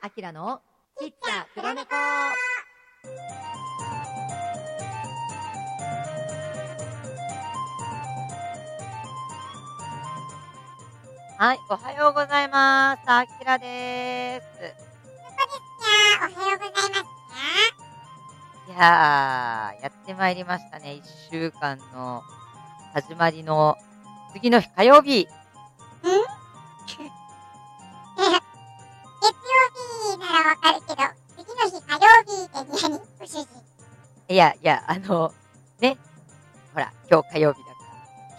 あきらのちっちゃ黒猫。はい、おはようございます。あきらです。 おはようございます。 いやー、やってまいりましたね。1週間の始まりの次の日火曜日。 月曜日ならわかるけど、次の日火曜日って何？ご主人。 いや、ね、ほら、今日火曜日だから。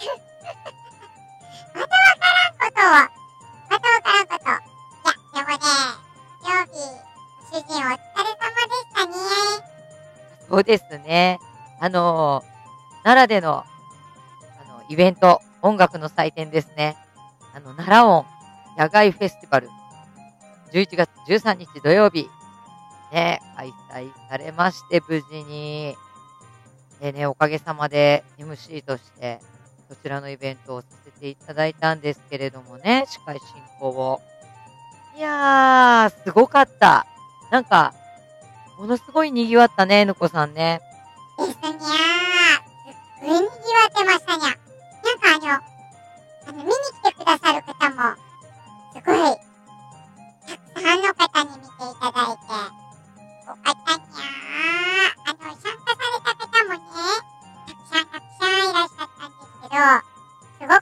またわからんこと。いや、でもね、曜日、ご主人お疲れ様でしたね。 そうですね。奈良での、イベント、音楽の祭典ですね。奈良音野外フェスティバル、11月13日土曜日、ね、開催されまして、無事に。でね、おかげさまで MC として、そちらのイベントをさせていただいたんですけれどもね、司会進行を。いやー、すごかった。なんか、ものすごい賑わったね、ぬこさんね。 ですにゃー。すっごい賑わってましたにゃ。なんか見に来てくださる方も、すごい、たくさんの方に見ていただいて、よかったにゃー。参加された方もね、たくさんいらっしゃったんですけど、すごかった。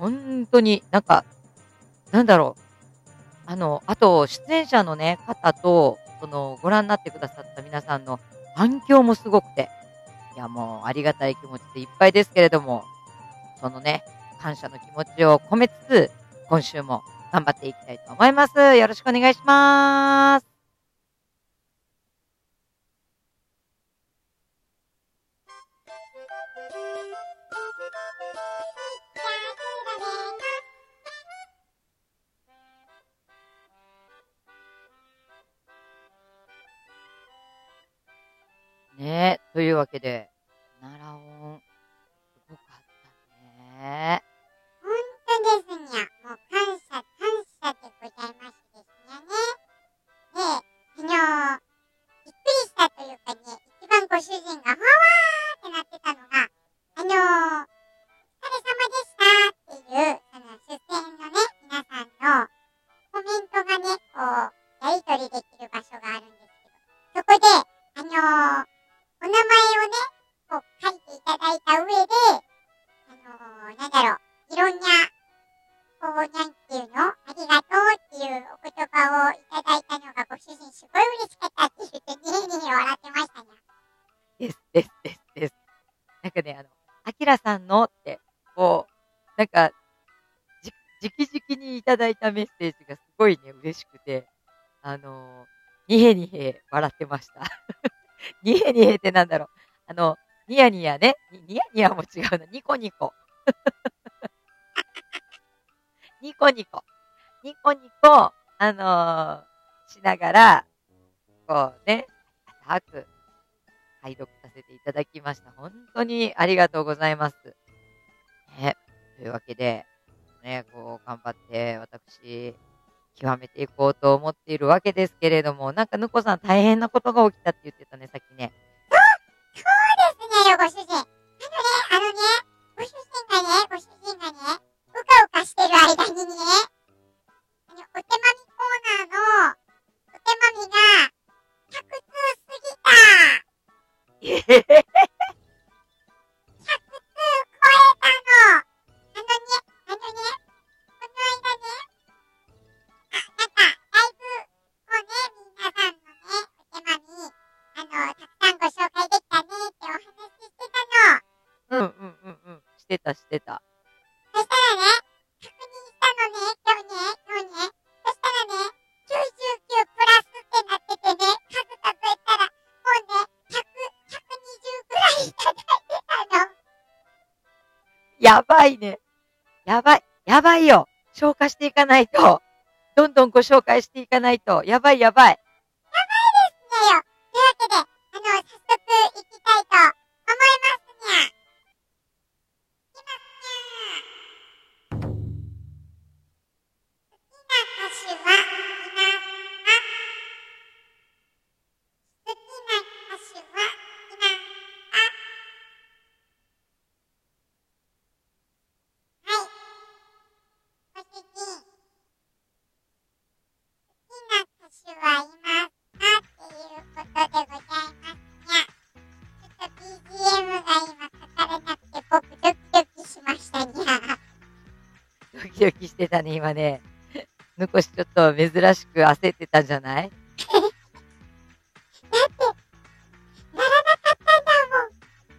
本当に、なんか、なんだろう。あと、出演者のね、方と、ご覧になってくださった皆さんの反響もすごくて、いや、もう、ありがたい気持ちでいっぱいですけれども、そのね、感謝の気持ちを込めつつ、今週も頑張っていきたいと思います。よろしくお願いします。ねえ、というわけで、奈良音、すごかったね。 本当ですにゃ。もう感謝でございますですにゃね。で、びっくりしたというかね、一番ご主人がわーってなってたのが、お疲れ様でしたっていう、出演のね、皆さんのコメントがね、こう、やり取りできる場所があるんですけど、そこで、お名前をね、こう書いていただいた上で、いろんな、こう、なんていうの、ありがとうっていうお言葉をいただいたのがご主人すごい嬉しかったって言って、ニヤニヤ笑ってましたね。 です。なんかね、あきらさんのって、こう、なんか、直々にいただいたメッセージがすごいね、嬉しくて、ニヘニヘ笑ってました。ニヘニヘってなんだろう。ニヤニヤね。ニヤニヤも違うな。ニコニコ。ニコニコ。しながら、こうね、浅く拝読させていただきました。本当にありがとうございます。ね、というわけで、ね、こう、頑張って、私、極めていこうと思っているわけですけれども、なんか、ぬこさん大変なことが起きたって言ってたね、さっきね。 そうですねよ、ご主人。ご主人がね、うかうかしてる間にね、お手まみコーナーの、お手まみが、100通過ぎた。100通超えたの。この間ね、なんか、だいぶ、こうね、皆さんのね、お手まみ、たくさんご紹介できたねってお話ししてたの。 してた。 そしたらね、確認したのね、今日ね。そしたらね、99プラスってなっててね、数数えたら、もうね、120くらいいただいてたの。 やばいね。やばいよ。消化していかないと。どんどんご紹介していかないと。やばい。 やばいですねよ。というわけで、早速行きたいと思いますにゃ。いきますにゃ。好きな歌手はキドキしてたね、今ね。ぬこしちょっと珍しく焦ってたんじゃない？ ならなかったんだもん。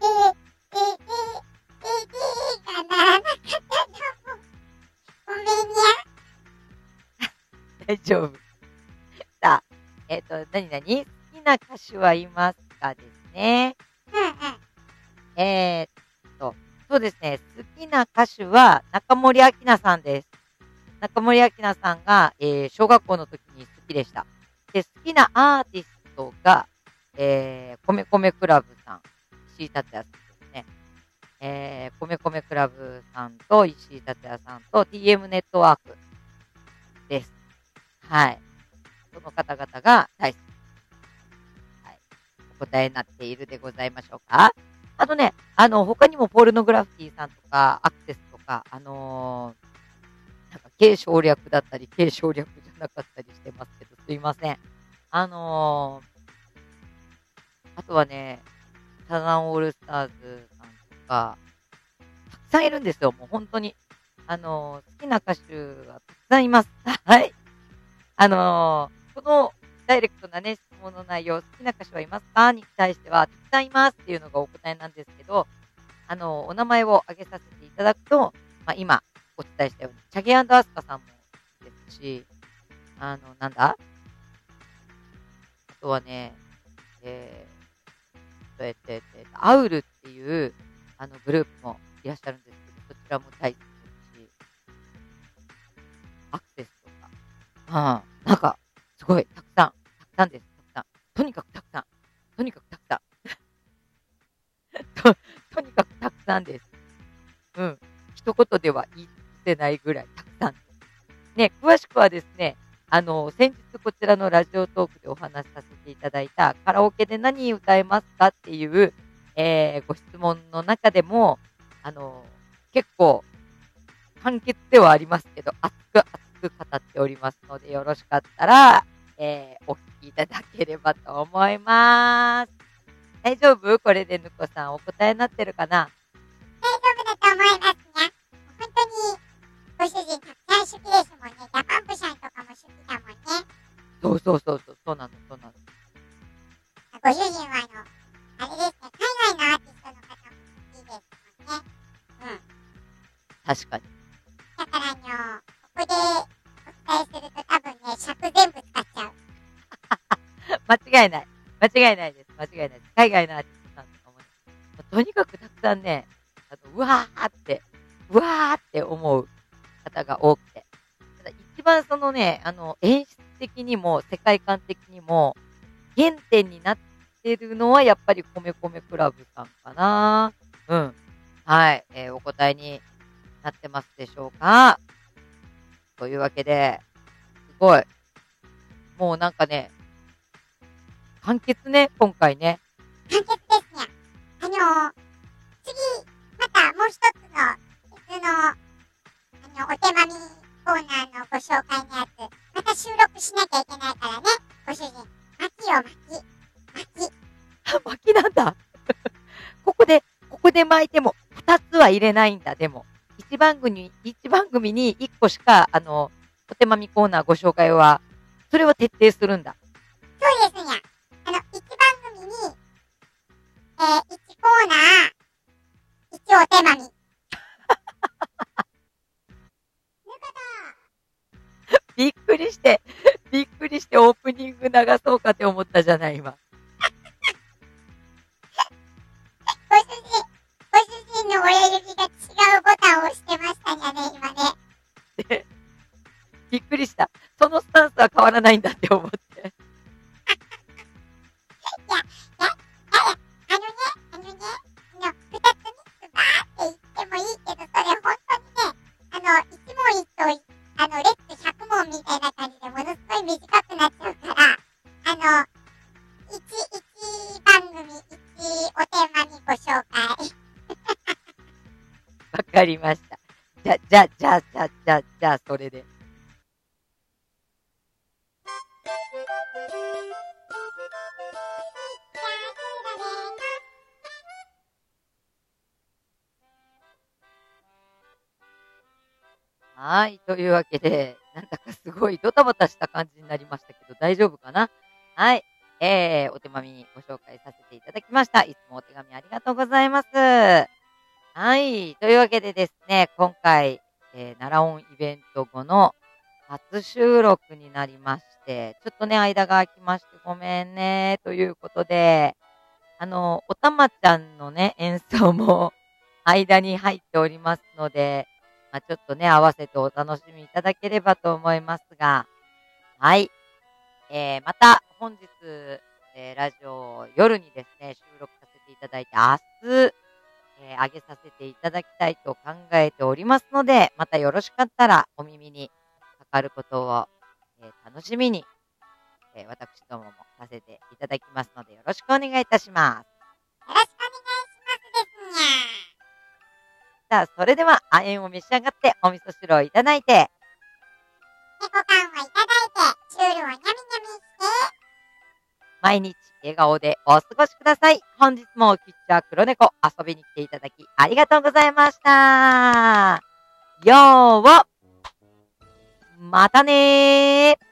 がならなかったんだもん。ごめんにゃ。 大丈夫。さあ、何々好きな歌手はいますかですね。 うんうん。 そうですね。好きな歌手は中森明菜さんです。中森明菜さんが、小学校の時に好きでした。で、好きなアーティストが、米米クラブさん、石井達也さんですね。米米クラブさんと石井達也さんと TM ネットワークです。はい。その方々が大好き。はい。お答えになっているでございましょうか。あとね、他にもポルノグラフィティさんとか、アクセスとか、なんか軽省略だったり、軽省略じゃなかったりしてますけど、すいません。あとはね、サザンオールスターズさんとか、たくさんいるんですよ、もう本当に。好きな歌手がたくさんいます。はい。このダイレクトなね、質問の内容、好きな歌手はいますかに対しては、たくさんいますっていうのがお答えなんですけど、お名前を挙げさせていただくと、今お伝えしたように、チャゲアスカさんもですし、なんだあとはね、えアウルっていう、グループもいらっしゃるんですけど、そちらも大好きですし、アクセスとか、なんか、すごい、たくさんです、たくさん。とにかくたくさん。とにかくたくさん。とにかくたくさんです。うん。一言では言い尽くせないぐらいたくさんです。ね、詳しくはですね、先日こちらのラジオトークでお話しさせていただいた、カラオケで何歌えますかっていう、ご質問の中でも、結構、簡潔ではありますけど、熱く熱く語っておりますので、よろしかったら、お聞きいただければと思います。大丈夫？これでぬこさんお答えになってるかな？ 大丈夫だと思いますね。本当に、ご主人たくさん好きですもんね。ダパンプさんとかも好きだもんね。 そうなの。 ご主人はあれですね、海外のアーティストの方も好きですもんね。うん。 確かに。 だからここでお伝えすると多分ね、尺全部使っちゃう。 間違いないです。海外のアーティストさんとかもね、とにかくたくさんね、うわーって思う方が多くて。ただ一番そのね、演出的にも世界観的にも原点になってるのはやっぱり米米クラブさんかな。うん。はい。お答えになってますでしょうか？というわけで、すごい。もうなんかね、簡潔ね、今回ね。 簡潔ですね。次、またもう一つの別の、お手紙コーナーのご紹介のやつ、また収録しなきゃいけないからね、ご主人。巻き。 巻きなんだ。ここで巻いても、二つは入れないんだ、でも。一番組に一個しか、お手紙コーナーご紹介は、それは徹底するんだ。 そうですね。一番組に、一コーナー、一お手紙。 びっくりしてオープニング流そうかって思ったじゃない、今。 ご主人の親指が違うボタンを押してましたね、今ね。 びっくりした。そのスタンスは変わらないんだって思って。 二つミックスバーって言ってもいいけど、それ本当にね、一問一答、レッツ100問みたいな感じでものすごい短くなっちゃうから、一番組、一お手間にご紹介。 わかりました。じゃあ、それで。 はい。というわけで、なんだかすごいドタバタした感じになりましたけど、大丈夫かな？はい。お手紙にご紹介させていただきました。いつもお手紙ありがとうございます。はい。というわけでですね、今回、奈良音イベント後の初収録になりまして、ちょっとね、間が空きましてごめんね、ということで、おたまちゃんのね、演奏も間に入っておりますので、ちょっとね、合わせてお楽しみいただければと思いますが、はい。また本日、ラジオを夜にですね、収録させていただいて、明日、上げさせていただきたいと考えておりますので、またよろしかったらお耳にかかることを、楽しみに、私どももさせていただきますので、よろしくお願いいたします。 よろしくお願いしますですにゃ。 さあ、それでは、亜鉛を召し上がってお味噌汁をいただいて、 猫缶をいただいて、シュールをニャミニャミして、 毎日笑顔でお過ごしください。本日もキッチャー黒猫遊びに来ていただきありがとうございました。よーを、またねー。